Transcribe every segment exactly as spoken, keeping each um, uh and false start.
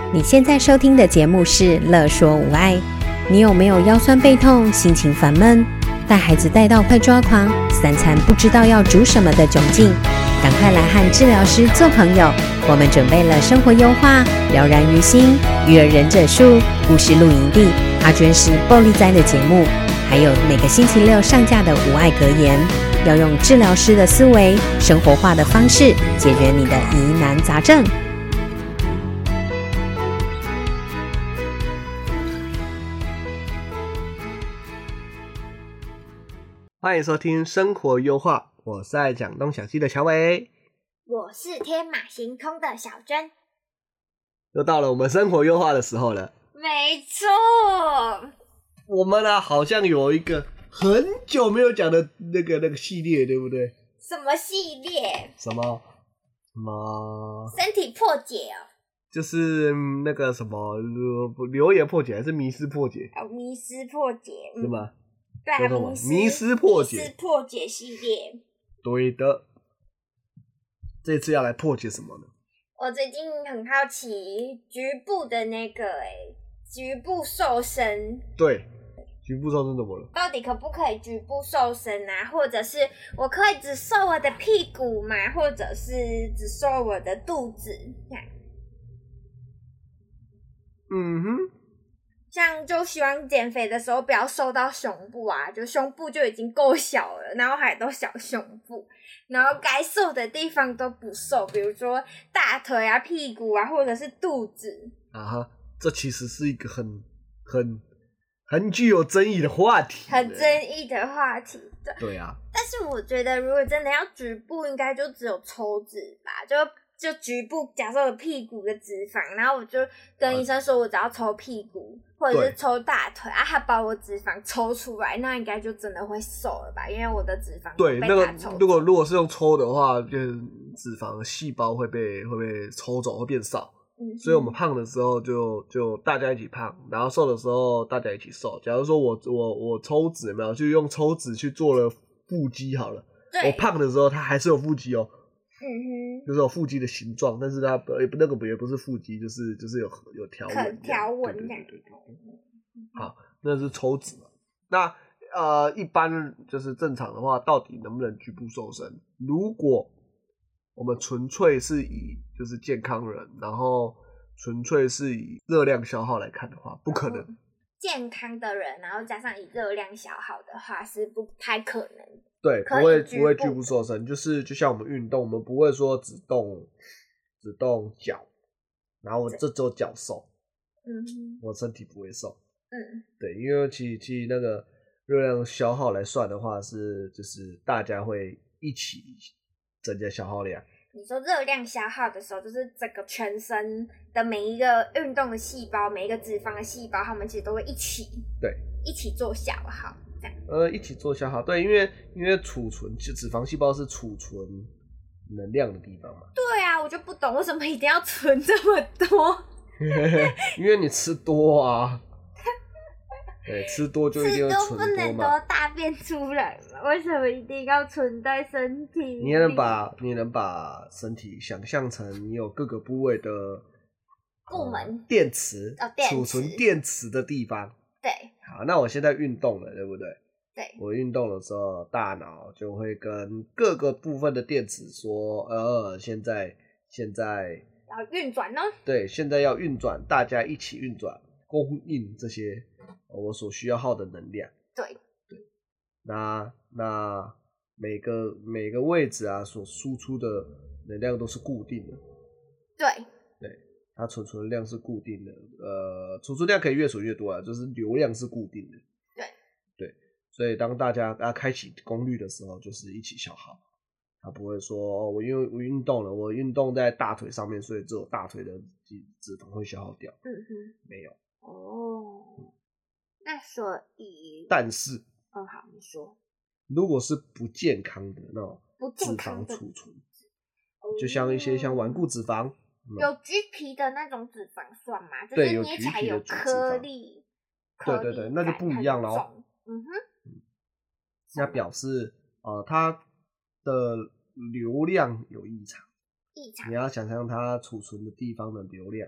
你现在收听的节目是乐说无爱。你有没有腰酸背痛、心情烦闷、带孩子带到快抓狂、三餐不知道要煮什么的窘境？赶快来和治疗师做朋友，我们准备了生活优化、了然于心、育儿忍者术、故事露营地、阿娟是暴力哉的节目，还有每个星期六上架的无爱格言，要用治疗师的思维、生活化的方式解决你的疑难杂症。 欢迎收听生活优化，我是爱讲东想西的小伟， 我是天马行空的小珍。 又到了我们生活优化的时候了。 没错， 我们呢、啊、好像有一个很久没有讲的那个那个系列，对不对？ 什么系列？ 什么什么？ 身体破解哦， 就是那个什么留言破解还是迷思破解？ 哦，迷思破解、嗯、 是吗？ 对啊，迷思迷思破解， 迷思破解系列。 对的，这次要来破解什么呢？ 我最近很好奇局部的那个诶，局部瘦身。 对，局部瘦身怎么了？ 到底可不可以局部瘦身啊？或者是我可以只瘦我的屁股吗？或者是只瘦我的肚子？ 嗯哼。 像就希望减肥的时候不要瘦到胸部啊，就胸部就已经够小了，然后还都小胸部，然后该瘦的地方都不瘦，比如说大腿啊、屁股啊，或者是肚子啊哈，这其实是一个很很很具有争议的话题， 很争议的话题。对对啊， 但是我觉得如果真的要局部，应该就只有抽脂吧，就就局部，假设我屁股的脂肪，然后我就跟医生说我只要抽屁股、嗯、或者是抽大腿啊，他把我脂肪抽出来，那应该就真的会瘦了吧？因为我的脂肪对被他抽走。 那个如果如果是用抽的话，就是脂肪细胞会被会被抽走，会变少。嗯，所以我们胖的时候就就大家一起胖，然后瘦的时候大家一起瘦。假如说我我我抽脂有没有，就用抽脂去做了腹肌好了。我胖的时候它还是有腹肌哦。嗯哼，就是有腹肌的形状，但是它也不那个也不是腹肌，就是就是有有条纹， 可条纹对对对对对。好，那是抽脂嘛。那呃，一般就是正常的话，到底能不能局部瘦身？如果我们纯粹是以就是健康人，然后纯粹是以热量消耗来看的话，不可能。嗯、 健康的人，然后加上以热量消耗的话，是不太可能。 对，不会不会局部瘦身，就是就像我们运动，我们不会说只动只动脚，然后我这周脚瘦，嗯，我身体不会瘦，嗯，对，因为其实其实那个热量消耗来算的话，是就是大家会一起增加消耗量。 你说热量消耗的时候，就是整个全身的每一个运动的细胞，每一个脂肪的细胞，它们其实都会一起对一起做消耗。 呃，一起做消耗，对，因为因为储存脂肪细胞是储存能量的地方嘛。 对啊，我就不懂为什么一定要存这么多。 因为你吃多啊，对，吃多就一定会存多嘛。 吃多不能都大便出来嘛？为什么一定要存在身体里？ 你也能把你能把身体想象成你有各个部位的部门、 呃、电池， 哦，电池储存电池的地方。 对， 好，那我现在运动了，对不对？ 对， 我运动的时候，大脑就会跟各个部分的电池说，呃，现在现在要运转呢。 对，现在要运转，大家一起运转，供应这些我所需要耗的能量。 对对，那那每个每个位置啊，所输出的能量都是固定的。 对。 它储存量是固定的，呃，储存量可以越储越多啊，就是流量是固定的。 对对，所以当大家啊开启功率的时候，就是一起消耗。它不会说、哦、我因为我运动了，我运动在大腿上面，所以只有大腿的脂肪会消耗掉。嗯哼，没有。 哦，嗯、那所以， 但是， 哦好，你说， 如果是不健康的那种脂肪储存，就像一些像顽固脂肪。 有橘皮的那种脂肪算吗？就是捏起来有颗粒， 对对对，那就不一样了哦。 嗯哼， 那表示呃它的流量有异常。 异常。 你要想象它储存的地方的流量，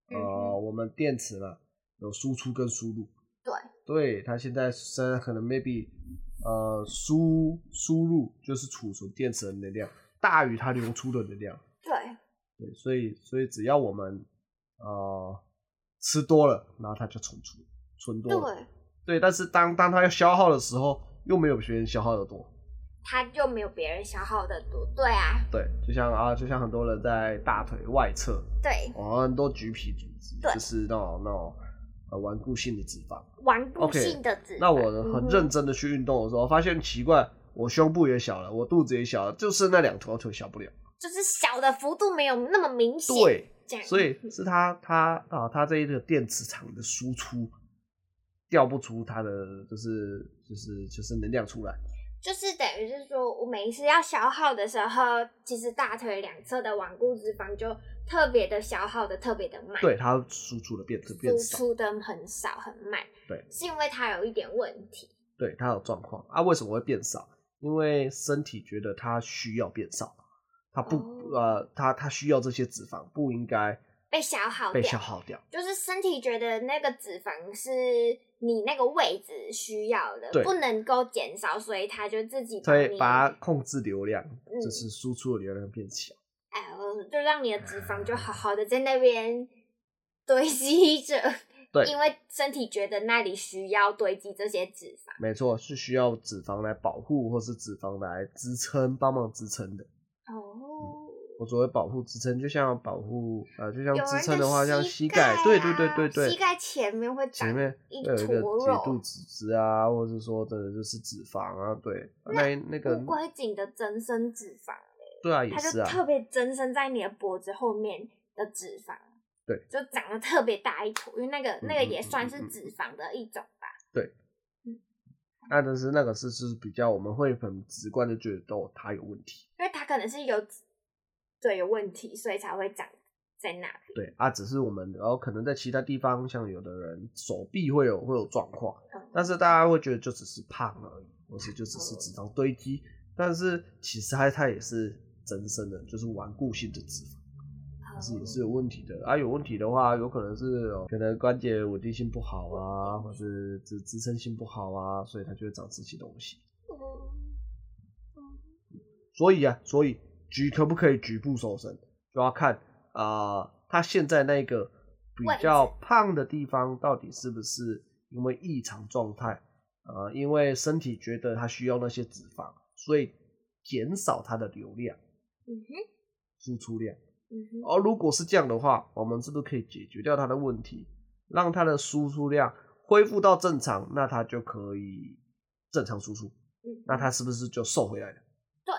呃，嗯、我们电池嘛有输出跟输入， 对， 对，它现在现在可能 maybe 呃输输入就是储存电池的能量大于它流出的能量， 对， 对，所以所以只要我们呃吃多了，然后它就存储存多了，对，对，但是当当它要消耗的时候，又没有别人消耗的多。 它就没有别人消耗的多，对啊， 对，就像啊，就像很多人在大腿外侧， 对， 哦，很多橘皮组织，就是那种那种呃顽固性的脂肪， 顽固性的脂肪。Okay, 那我很认真的去运动的时候，嗯、发现奇怪，我胸部也小了，我肚子也小了，就是那两条腿小不了， 就是小的幅度没有那么明显。 对，所以是它它啊，它这一个电磁场的输出调不出它的就是就是就是能量出来。 就是等于是说，我每一次要消耗的时候，其实大腿两侧的顽固脂肪就特别的消耗的特别的慢。 对，它输出的变变少，输出的很少很慢。 对， 是因为它有一点问题。 对，它有状况啊？为什么会变少？因为身体觉得它需要变少，它不、哦、呃，它它需要这些脂肪，不应该被消耗掉， 被消耗掉。 就是身体觉得那个脂肪是你那个位置需要的，不能够减少，所以它就自己所以把它控制流量，嗯、就是输出的流量变小。 哎，就让你的脂肪就好好的在那边堆积着。对，因为身体觉得那里需要堆积这些脂肪。 没错，是需要脂肪来保护，或是脂肪来支撑，帮忙支撑的。哦。嗯，我所谓保护支撑，就像保护呃，就像支撑的话，像膝盖， 啊、 对对对对对， 膝盖前面会长前面一有一个坨铁肚脂质啊，或者说真的就是脂肪啊，对，那那个乌龟颈的增生脂肪嘞， 对啊，也是啊， 它就特别增生在你的脖子后面的脂肪， 对， 就长得特别大一坨，因为那个、嗯、那个也算是脂肪的一种吧， 对，嗯，那但是那个是是比较我们会很直观的觉得哦，它有问题， 因为它可能是有。对，有问题，所以才会长在那里。 对啊，只是我们然后可能在其他地方，像有的人手臂会有会有状况，嗯、但是大家会觉得就只是胖而已，或是就只是脂肪堆积，嗯、但是其实它它也是增生的，就是顽固性的脂肪，但是也是有问题的啊。有问题的话，有可能是、哦、可能关节稳定性不好啊，或是支支撑性不好啊，所以它就会长这些东西。嗯、所以啊，所以。局可不可以局部瘦身，就要看啊、呃，他现在那个比较胖的地方到底是不是因为异常状态，呃，因为身体觉得他需要那些脂肪，所以减少它的流量，嗯哼，输出量，嗯哼。而如果是这样的话，我们是不是可以解决掉它的问题，让它的输出量恢复到正常，那它就可以正常输出，嗯，那它是不是就瘦回来了？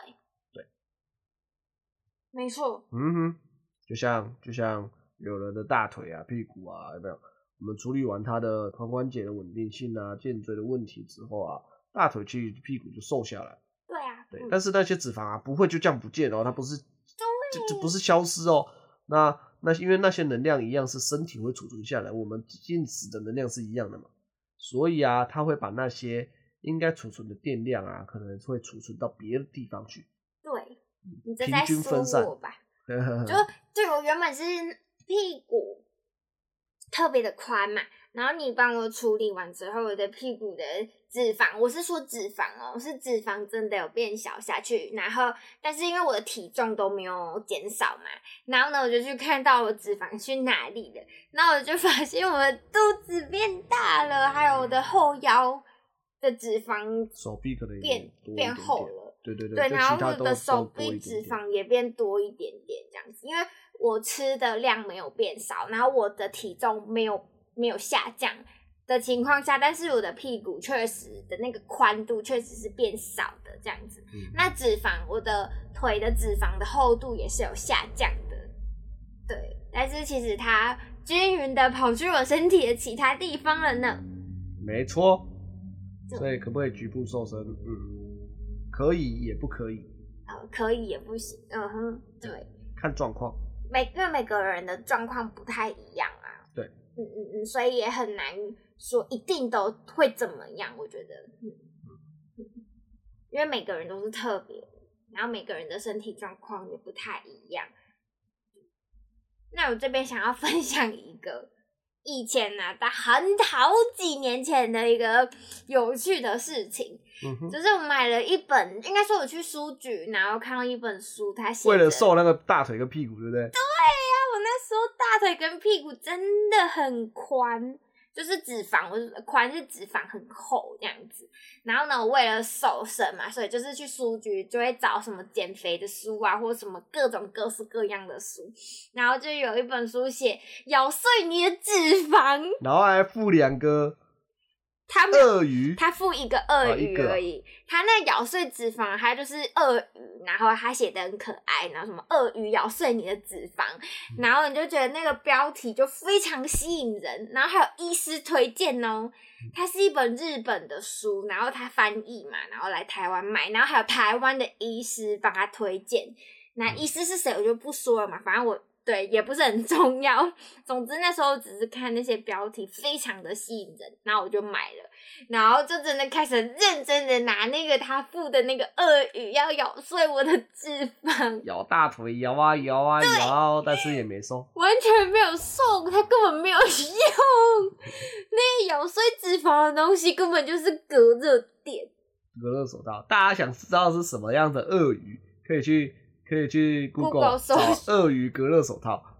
没错， 嗯哼，就像就像有人的大腿啊、屁股啊，有没有？我们处理完他的髋关节的稳定性啊、肩椎的问题之后啊，大腿去屁股就瘦下来。 对啊， 对，嗯、但是那些脂肪啊，不会就这样不见哦，它不是，这这不是消失哦。那那因为那些能量一样是身体会储存下来，我们进食的能量是一样的嘛，所以啊，它会把那些应该储存的电量啊，可能会储存到别的地方去。 对。你这在说我吧？就就我原本是屁股特别的宽嘛，然后你帮我处理完之后，我的屁股的脂肪，我是说脂肪哦，是脂肪真的有变小下去，然后但是因为我的体重都没有减少嘛，然后呢我就去看到我脂肪去哪里了，然后我就发现我的肚子变大了，还有我的后腰的脂肪， 手臂可能变变厚了。 对对对， 对，然后我的手臂脂肪也变多一点点这样子，因为我吃的量没有变少，然后我的体重没有没有下降的情况下，但是我的屁股确实的那个宽度确实是变少的这样子。嗯、那脂肪，我的腿的脂肪的厚度也是有下降的，对，但是其实它均匀的跑去我身体的其他地方了呢。 没错，所以可不可以局部瘦身？嗯。可以也不可以， 呃，可以也不行，嗯哼，对， 看状况， 每因为每个人的状况不太一样啊， 对， 嗯嗯嗯，所以也很难说一定都会怎么样，我觉得，嗯嗯，因为每个人都是特别，然后每个人的身体状况也不太一样， 那我这边想要分享一个以前呢、啊，在很好几年前的一个有趣的事情，嗯、就是我买了一本，应该说我去书局，然后看到一本书，它写为了瘦那个大腿跟屁股，对不对？对呀、啊，我那时候大腿跟屁股真的很宽。就是脂肪，我宽是脂肪很厚这样子。然后呢，我为了瘦身嘛，所以就是去书局就会找什么减肥的书啊，或什么各种各式各样的书。然后就有一本书写咬碎你的脂肪， 然后还附两个他鳄鱼， 他附一个鳄鱼而已。他、哦、那咬碎脂肪，他就是鳄鱼，然后他写的很可爱，然后什么鳄鱼咬碎你的脂肪，然后你就觉得那个标题就非常吸引人。然后还有医师推荐哦，它是一本日本的书，然后他翻译嘛，然后来台湾卖，然后还有台湾的医师帮他推荐。那医师是谁我就不说了嘛，反正我。对，也不是很重要。总之那时候只是看那些标题，非常的吸引人，然后我就买了，然后就真的开始认真的拿那个他附的那个鳄鱼要咬碎我的脂肪， 咬大腿，咬啊咬啊咬，但是也没瘦， 完全没有瘦，它根本没有用。那个咬碎脂肪的东西根本就是隔热垫、 隔热手套。大家想知道是什么样的鳄鱼，可以去。可以去 Google 找鳄鱼隔热手套。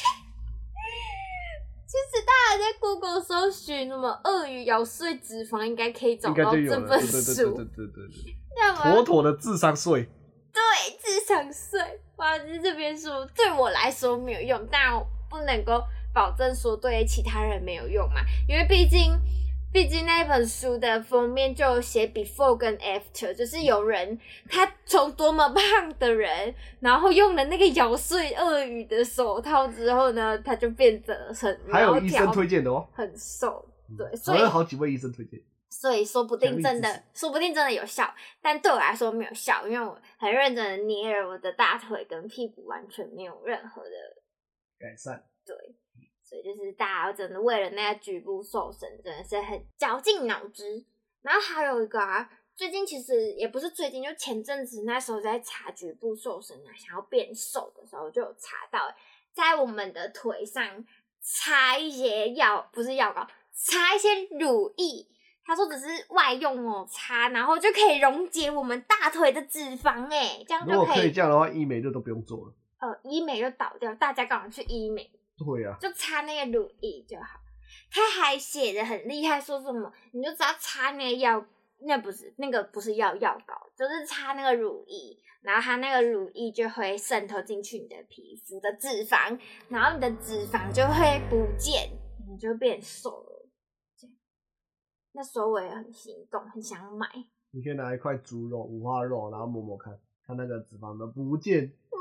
其实大家在 Google 搜寻什么鳄鱼咬碎脂肪，应该可以找到这本书。对对对对对对， 妥妥的智商税。 对，智商税。哇，就是这边书对我来说没有用，但我不能够保证说对其他人没有用嘛，因为毕竟。毕竟那本书的封面就有写 before 跟 after， 就是有人他从多么胖的人，然后用了那个咬碎鳄鱼的手套之后呢，他就变得很还有医生推荐的哦， 很瘦，对，所以有好几位医生推荐， 所以说不定真的，说不定真的有效，但对我来说没有效，因为我很认真的捏了我的大腿跟屁股，完全没有任何的改善， 对。所以就是大家真的为了那个局部瘦身，真的是很绞尽脑汁。然后还有一个啊，最近其实也不是最近，就前阵子那时候在查局部瘦身啊，想要变瘦的时候，就有查到，在我们的腿上擦一些药，不是药膏，擦一些乳液。他说只是外用哦，擦然后就可以溶解我们大腿的脂肪，哎，这样就可以。 如果可以这样的话，医美就都不用做了。 呃，医美就倒掉，大家赶快去医美。 对啊， 就擦那个乳液就好。他还写的很厉害，说什么你就只要擦那个药，那不是那个不是药药膏，就是擦那个乳液，然后它那个乳液就会渗透进去你的皮肤的脂肪，然后你的脂肪就会不见，你就变瘦了。那时候我也很心动，很想买。 你可以拿一块猪肉、五花肉，然后摸摸看，看那个脂肪的不见。 哦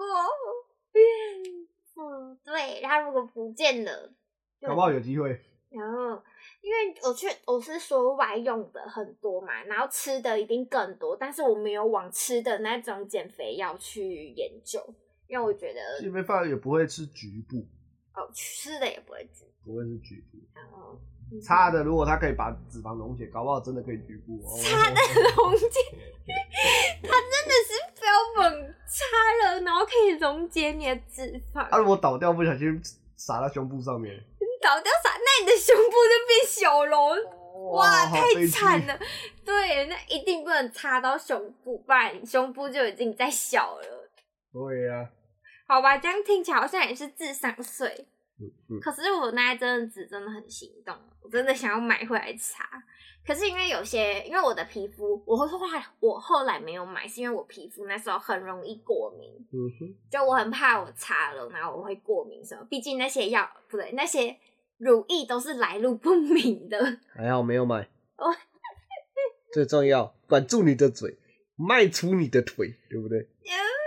嗯，对，它如果不见了， 搞不好有机会。 然后，因为我去，我是说外用的很多嘛，然后吃的一定更多，但是我没有往吃的那种减肥药去研究，因为我觉得减肥法也不会吃局部， 哦，吃的也不会局部， 不会是局部。 然后擦的，如果它可以把脂肪溶解，搞不好真的可以局部。 擦的溶解，它真的是标本擦了，然后可以溶解你的脂肪。 啊，如果倒掉不小心撒到胸部上面， 你倒掉撒，那你的胸部就变小了。哇，太惨了！对，那一定不能擦到胸部，不然胸部就已经在小了。 对呀、啊。 好吧，这样听起来好像也是智商税。 嗯嗯、 可是我那一阵子真的很心动，我真的想要买回来擦。可是因为有些，因为我的皮肤，我后来我后来没有买，是因为我皮肤那时候很容易过敏。 嗯哼， 就我很怕我擦了，然后我会过敏什么。毕竟那些药不对，那些乳液都是来路不明的。 还好没有买。哦，最重要，管住你的嘴，迈出你的腿，对不对？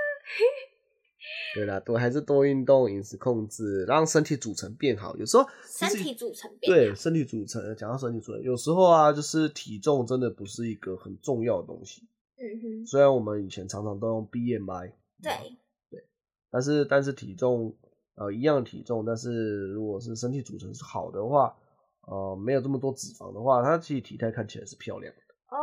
对啦，多还是多运动，饮食控制，让身体组成变好。有时候身体组成变好， 对身体组成，讲到身体组成，有时候啊，就是体重真的不是一个很重要的东西。 嗯哼， 虽然我们以前常常都用 B M I， 对对，但是但是体重呃一样的体重，但是如果是身体组成是好的话，呃没有这么多脂肪的话，它其实体态看起来是漂亮的。 哦，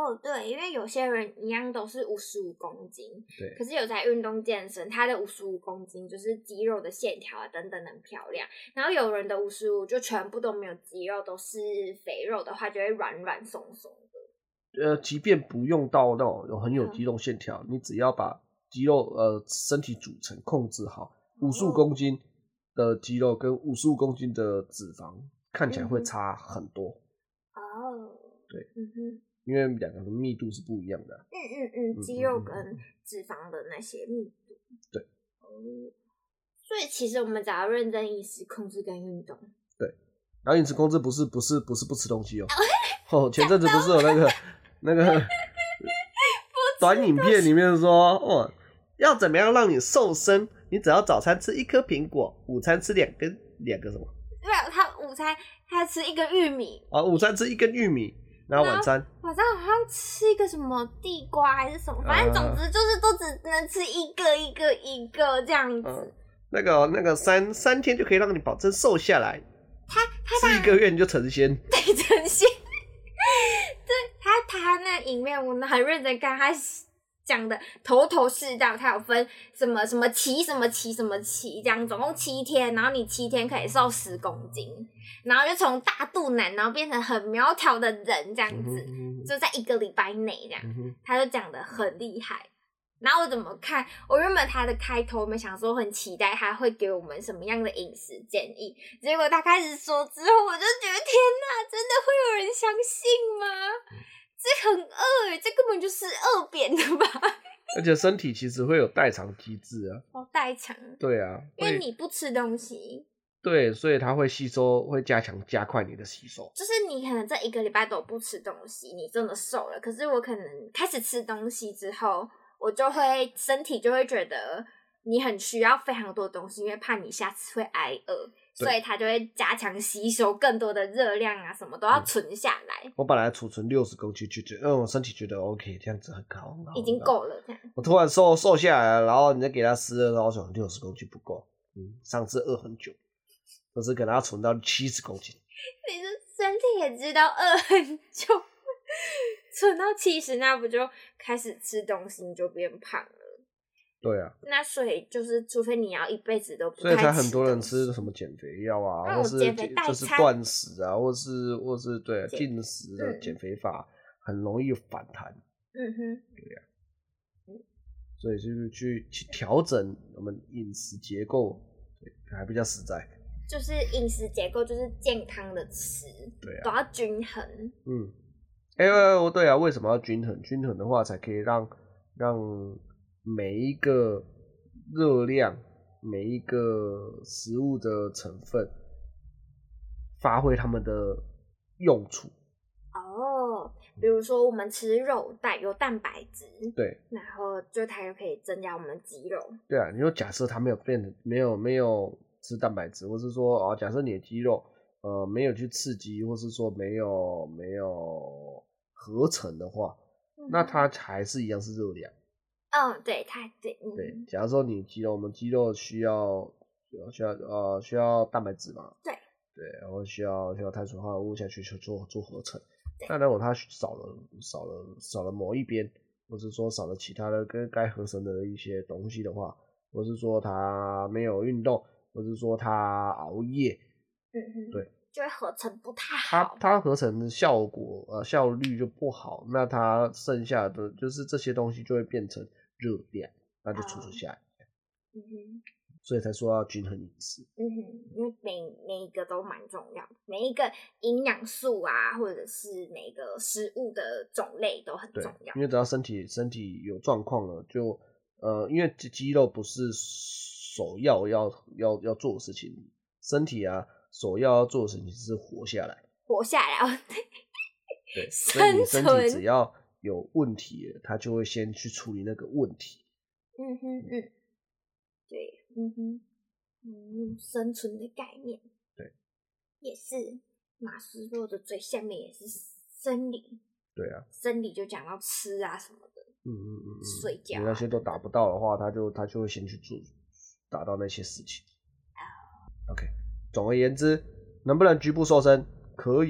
哦，对，因为有些人一样都是五十五公斤， 对， 可是有在运动健身，他的五十五公斤就是肌肉的线条啊等等很漂亮，然后有人的五十五就全部都没有肌肉，都是肥肉的话，就会软软松松的。 呃，即便不用到那种有很有肌肉线条，嗯、你只要把肌肉呃身体组成控制好，五十五公斤的肌肉跟五十五公斤的脂肪看起来会差很多。 哦， 对， 嗯哼。 因为两个的密度是不一样的、啊。 嗯嗯嗯，肌肉跟脂肪的那些密度。 对。 哦，所以其实我们只要认真饮食控制跟运动。 对。然后饮食控制不是不是不是不吃东西哦。哦，前阵子不是有那个那个短影片里面说，哦，要怎么样让你瘦身？你只要早餐吃一颗苹果，午餐吃两根两个什么？ 对啊，他午餐他吃一根玉米。 啊，午餐吃一根玉米。然后晚餐， 晚上好像吃一个什么地瓜还是什么，反正总之就是都只能吃一个一个一个这样子。嗯、 那个那个三三天就可以让你保证瘦下来， 他他吃一个月你就成仙。 对，成仙。对他他那影片我很认真看，他讲的头头是道，他有分什么什么期什么期什么期这样，总共七天，然后你七天可以瘦十公斤。然后就从大肚腩，然后变成很苗条的人这样子，嗯、就在一个礼拜内这样，嗯、他就讲得很厉害。然后我怎么看？我原本他的开头，我们想说很期待他会给我们什么样的饮食建议，结果他开始说之后，我就觉得天哪，真的会有人相信吗？这很饿耶，这根本就是饿扁的吧？ 而且身体其实会有代偿机制啊。 哦，代偿。 对啊， 因为你不吃东西。 对，所以它会吸收，会加强加快你的吸收。 就是你可能这一个礼拜都不吃东西，你真的瘦了。可是我可能开始吃东西之后，我就会身体就会觉得你很需要非常多东西，因为怕你下次会挨饿，所以它就会加强吸收更多的热量啊，什么都要存下来。 嗯、我本来储存六十公斤，就觉得，嗯，我身体觉得 OK， 这样子很高，很高已经够了。这样我突然瘦瘦下来了，然后你再给它吃了，然后说六十公斤不够，嗯，上次饿很久。可是可能要存到七十公斤， 你的身体也知道饿很久，存到七十，那不就开始吃东西你就变胖了？ 对啊， 那所以就是除非你要一辈子都不太吃， 所以才很多人吃什么减肥药啊， 嗯、 或是就是断食啊，或是或是对进食的减肥法，嗯、很容易反弹。 嗯哼， 对啊，嗯、所以就是去去调整我们饮食结构，对，还比较实在。 就是饮食结构就是健康的吃， 对啊， 都要均衡。 嗯，哎、欸，对啊，为什么要均衡？均衡的话才可以让让每一个热量、每一个食物的成分发挥它们的用处。 哦，比如说我们吃肉带有蛋白质， 对， 然后就它又可以增加我们的肌肉。 对啊，你说假设它没有变得没有没有吃蛋白质，或是说哦，假设你的肌肉呃没有去刺激，或是说没有没有合成的话，嗯、那它还是一样是热量。 嗯，对，它对，嗯、 对。假如说你肌肉，我们肌肉需要需要呃需要蛋白质嘛， 对对，然后需要需要碳水化合物下去去做做合成。那如果它少了少了少了某一边，或是说少了其他的跟该合成的一些东西的话，或是说它没有运动，或是说它熬夜， 嗯哼， 对， 就会合成不太好。它它合成的效果呃效率就不好，那它剩下的就是这些东西就会变成热量，那就储存下来。 嗯哼。 所以才说要均衡饮食。 嗯哼，因为每每一个都蛮重要的，每一个营养素啊，或者是每个食物的种类都很重要。 因为只要身体身体有状况了，就呃，因为肌肉不是首要要要要做的事情，身体啊首要要做的事情是活下来。 活下来哦， 对，所以你身体只要有问题了，它就会先去处理那个问题。 嗯哼嗯。对，嗯哼，嗯，生存的概念， 对， 也是马斯洛的最下面也是生理， 对啊， 生理就讲到吃啊什么的， 嗯嗯嗯嗯， 睡觉、啊， 你那些都达不到的话，他就他就会先去做达到那些事情。 Uh, OK， 总而言之，能不能局部瘦身？可以，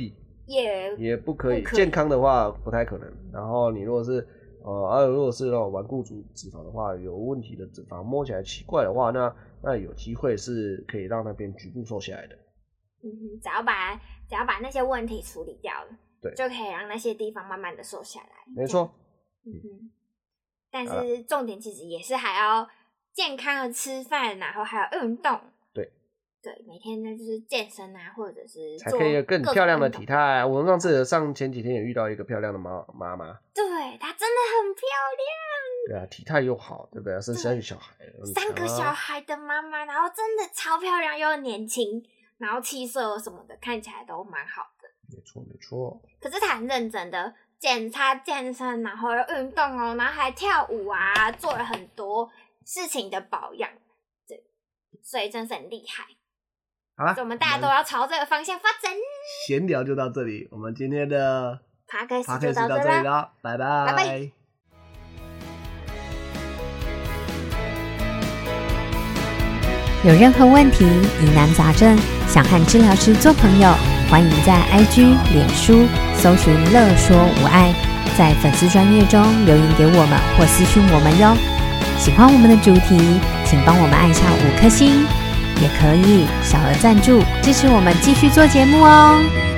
也也不可以， 不可以健康的话不太可能。然后你如果是呃，啊，如果是那种顽固组脂肪的话，有问题的脂肪摸起来奇怪的话，那那有机会是可以让那边局部瘦下来的。 嗯哼，只要把只要把那些问题处理掉了， 对， 就可以让那些地方慢慢的瘦下来。 没错。 嗯哼，但是重点其实也是还要健康的吃饭，然后还有运动。 对对，每天呢就是健身啊，或者是才可以有更漂亮的体态。我们上次上前几天也遇到一个漂亮的妈妈妈， 对，她真的很漂亮。 对啊，体态又好，对不对？生三个小孩， 三个小孩的妈妈，然后真的超漂亮又年轻，然后气色什么的看起来都蛮好的。 没错没错。 可是她很认真的检查健身，然后又运动哦，然后还跳舞啊，做了很多事情的保养，对，所以真是很厉害。 好啦， 所以我们大家都要朝这个方向发展。 闲聊就到这里，我们今天的 podcast 就到到这里了，拜拜拜拜。 有任何问题、疑难杂症，想和治疗师做朋友，欢迎在 I G、脸书搜寻乐说无碍，在粉丝专页中留言给我们或私讯我们哟。喜欢我们的主题，请帮我们按下五颗星，也可以小额赞助支持我们继续做节目哦。